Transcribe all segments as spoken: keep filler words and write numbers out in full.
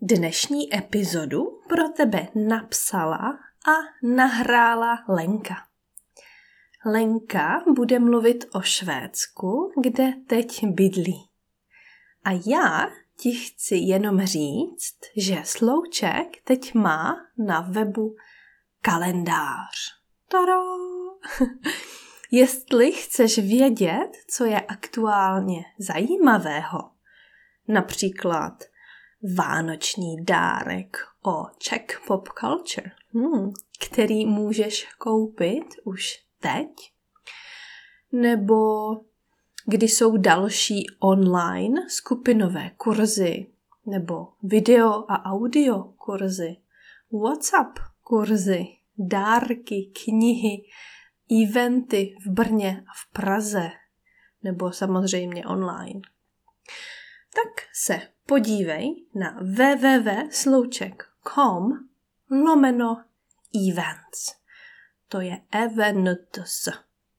Dnešní epizodu pro tebe napsala a nahrála Lenka. Lenka bude mluvit o Švédsku, kde teď bydlí. A já ti chci jenom říct, že Slouček teď má na webu kalendář. Tada! Jestli chceš vědět, co je aktuálně zajímavého, například vánoční dárek o Czech pop culture, hmm, který můžeš koupit už teď, nebo kdy jsou další online skupinové kurzy, nebo video a audio kurzy, WhatsApp kurzy, dárky, knihy, eventy v Brně a v Praze, nebo samozřejmě online. Tak se podívej na www tečka slouček tečka com lomeno events. To je events.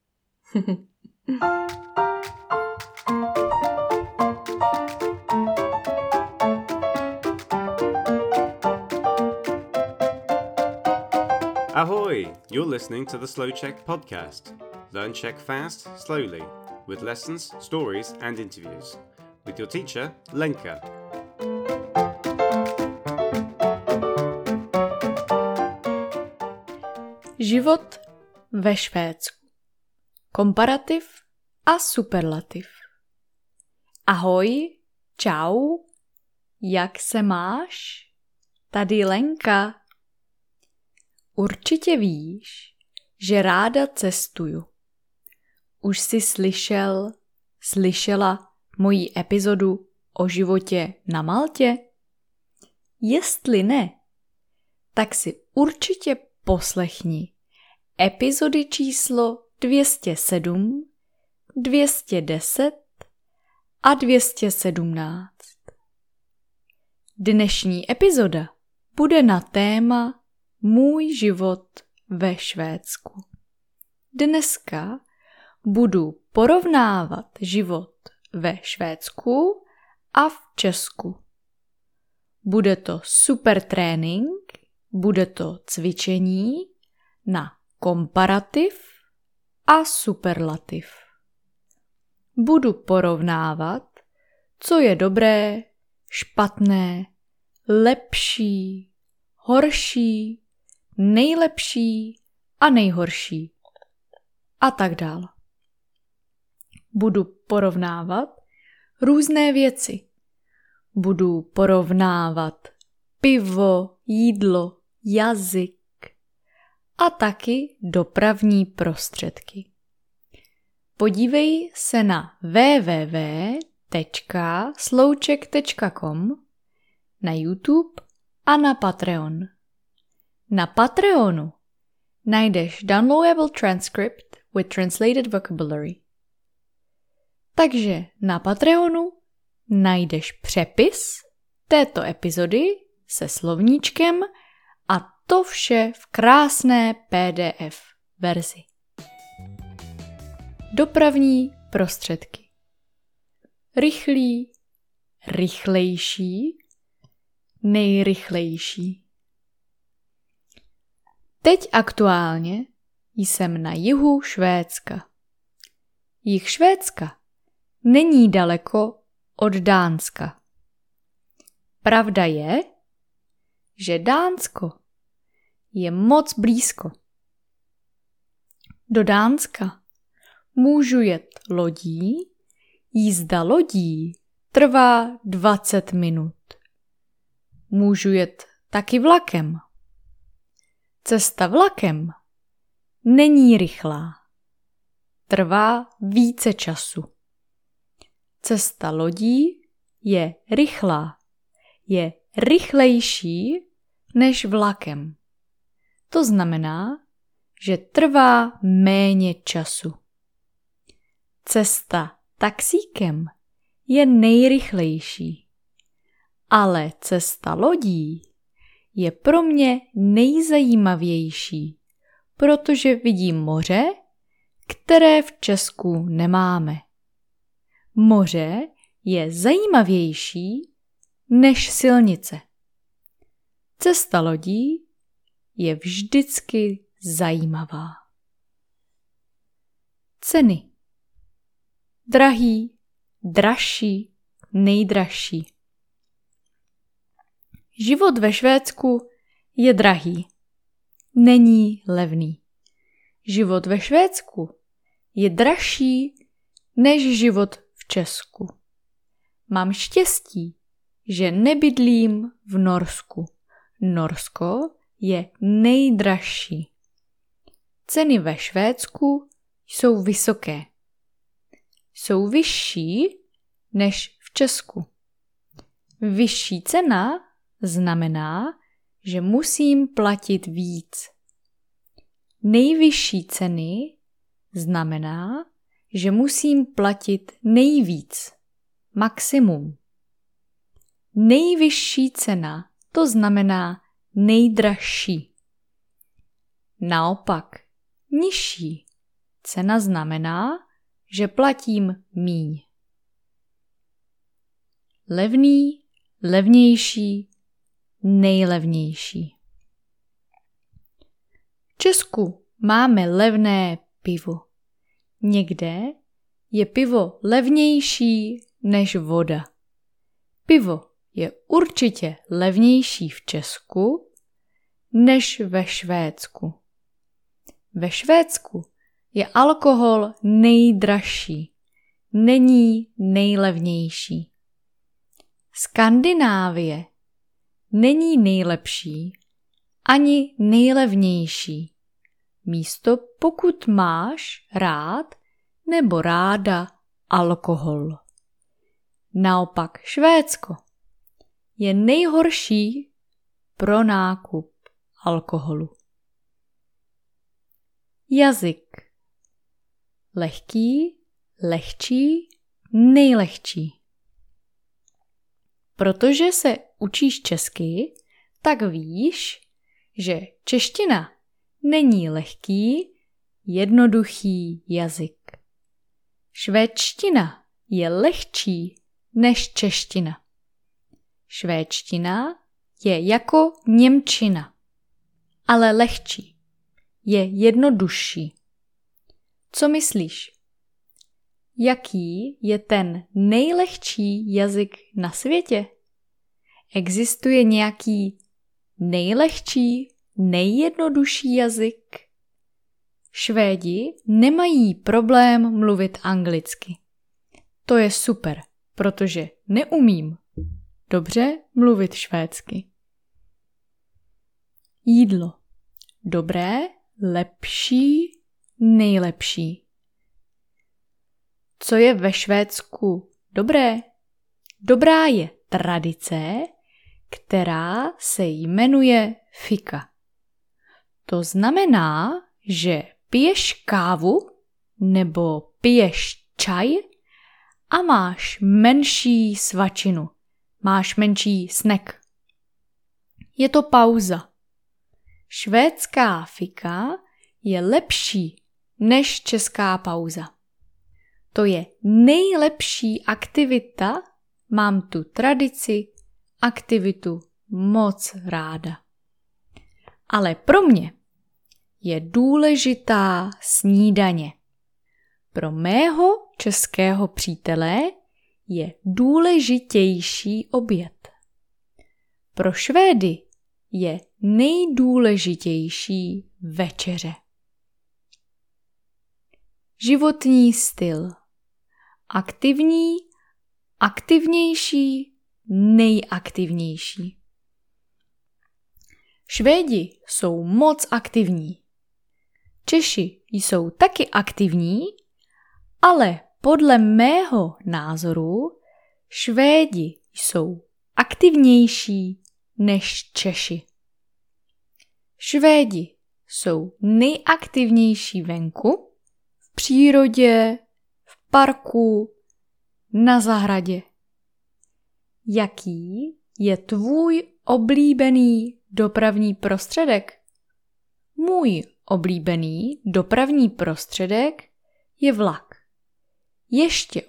Ahoy! You're listening to the Slouček podcast. Learn Czech fast, slowly, with lessons, stories and interviews. With your teacher, Lenka. Život ve Švédsku. Komparativ a superlativ. Ahoj, čau, jak se máš? Tady Lenka. Určitě víš, že ráda cestuju. Už jsi slyšel, slyšela moji epizodu o životě na Maltě? Jestli ne, tak si určitě poslechni epizody číslo dvě stě sedm, dvě stě deset a dvě stě sedmnáct. Dnešní epizoda bude na téma Můj život ve Švédsku. Dneska budu porovnávat život ve Švédsku a v Česku. Bude to super trénink, bude to cvičení na komparativ a superlativ. Budu porovnávat, co je dobré, špatné, lepší, horší, nejlepší a nejhorší a tak dále. Budu porovnávat různé věci. Budu porovnávat pivo, jídlo, jazyk a taky dopravní prostředky. Podívej se na www tečka slouček tečka com, na YouTube a na Patreon. Na Patreonu najdeš downloadable transcript with translated vocabulary. Takže na Patreonu najdeš přepis této epizody se slovníčkem a to vše v krásné P D F verzi. Dopravní prostředky. Rychlý, rychlejší, nejrychlejší. Teď aktuálně jsem na jihu Švédska. Jih Švédska není daleko od Dánska. Pravda je, že Dánsko je moc blízko. Do Dánska můžu jet lodí, jízda lodí trvá dvacet minut. Můžu jet taky vlakem. Cesta vlakem není rychlá. Trvá více času. Cesta lodí je rychlá. Je rychlejší než vlakem. To znamená, že trvá méně času. Cesta taxíkem je nejrychlejší, ale cesta lodí je pro mě nejzajímavější, protože vidím moře, které v Česku nemáme. Moře je zajímavější než silnice. Cesta lodí je vždycky zajímavá. Ceny. Drahý, dražší, nejdražší. Život ve Švédsku je drahý. Není levný. Život ve Švédsku je dražší než život v Česku. Mám štěstí, že nebydlím v Norsku. Norsko je nejdražší. Ceny ve Švédsku jsou vysoké. Jsou vyšší než v Česku. Vyšší cena znamená, že musím platit víc. Nejvyšší ceny znamená, že musím platit nejvíc, maximum. Nejvyšší cena to znamená nejdražší. Naopak, nižší cena znamená, že platím míň. Levný, levnější, nejlevnější. V Česku máme levné pivo. Někde je pivo levnější než voda. Pivo je určitě levnější v Česku než ve Švédsku. Ve Švédsku je alkohol nejdražší, není nejlevnější. Skandinávie není nejlepší ani nejlevnější. Místo, pokud máš rád nebo ráda alkohol. Naopak Švédsko je nejhorší pro nákup alkoholu. Jazyk. Lehký, lehčí, nejlehčí. Protože se učíš česky, tak víš, že čeština není lehký, jednoduchý jazyk. Švédština je lehčí než čeština. Švédština je jako němčina, ale lehčí, je jednodušší. Co myslíš? Jaký je ten nejlehčí jazyk na světě? Existuje nějaký nejlehčí, nejjednodušší jazyk? Švédi nemají problém mluvit anglicky. To je super, protože neumím dobře mluvit švédsky. Jídlo. Dobré, lepší, nejlepší. Co je ve Švédsku dobré? Dobrá je tradice, která se jmenuje fika. To znamená, že piješ kávu nebo piješ čaj a máš menší svačinu. Máš menší snack. Je to pauza. Švédská fika je lepší než česká pauza. To je nejlepší aktivita, mám tu tradici, aktivitu moc ráda. Ale pro mě je důležitá snídaně. Pro mého českého přítele je důležitější oběd. Pro Švédy je nejdůležitější večeře. Životní styl. Aktivní, aktivnější, nejaktivnější. Švédi jsou moc aktivní. Češi jsou taky aktivní, ale podle mého názoru Švédi jsou aktivnější než Češi. Švédi jsou nejaktivnější venku, v přírodě, v parku, na zahradě. Jaký je tvůj oblíbený dopravní prostředek? Můj oblíbený dopravní prostředek je vlak. Ještě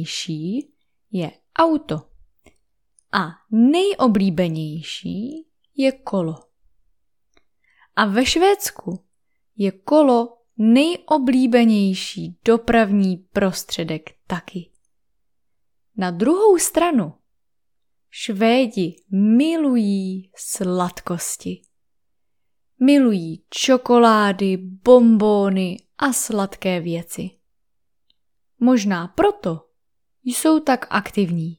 oblíbenější je auto. A nejoblíbenější je kolo. A ve Švédsku je kolo nejoblíbenější dopravní prostředek taky. Na druhou stranu Švédi milují sladkosti. Milují čokolády, bonbóny a sladké věci. Možná proto jsou tak aktivní.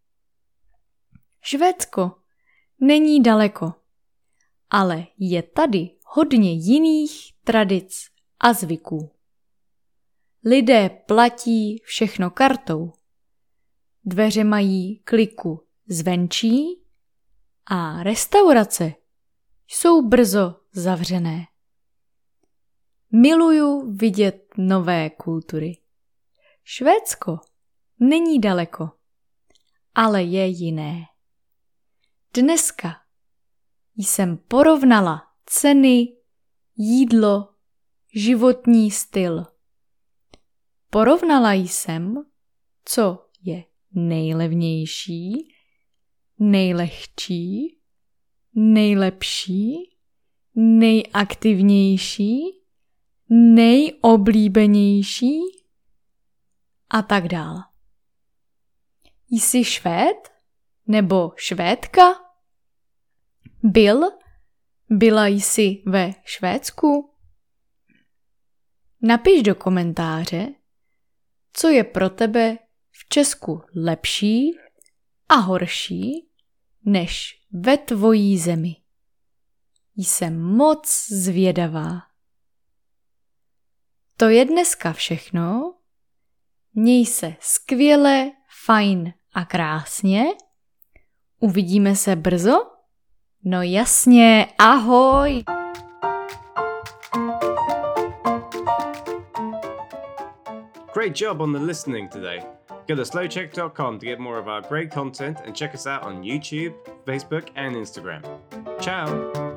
Švédsko není daleko, ale je tady hodně jiných tradic a zvyků. Lidé platí všechno kartou. Dveře mají kliku zvenčí a restaurace jsou brzo zavřené. Miluju vidět nové kultury. Švédsko není daleko, ale je jiné. Dneska jsem porovnala ceny, jídlo, životní styl. Porovnala jsem, co je nejlevnější, nejlehčí, nejlepší, nejaktivnější, nejoblíbenější a tak dále. Jsi Švéd nebo Švédka? Byl? Byla jsi ve Švédsku? Napiš do komentáře, co je pro tebe v Česku lepší a horší než ve tvojí zemi. Jsem moc zvědavá. To je dneska všechno. Měj se skvěle, fajn a krásně. Uvidíme se brzo? No jasně, ahoj! Great job on the listening today. Go to slow check dot com to get more of our great content and check us out on YouTube, Facebook and Instagram. Ciao!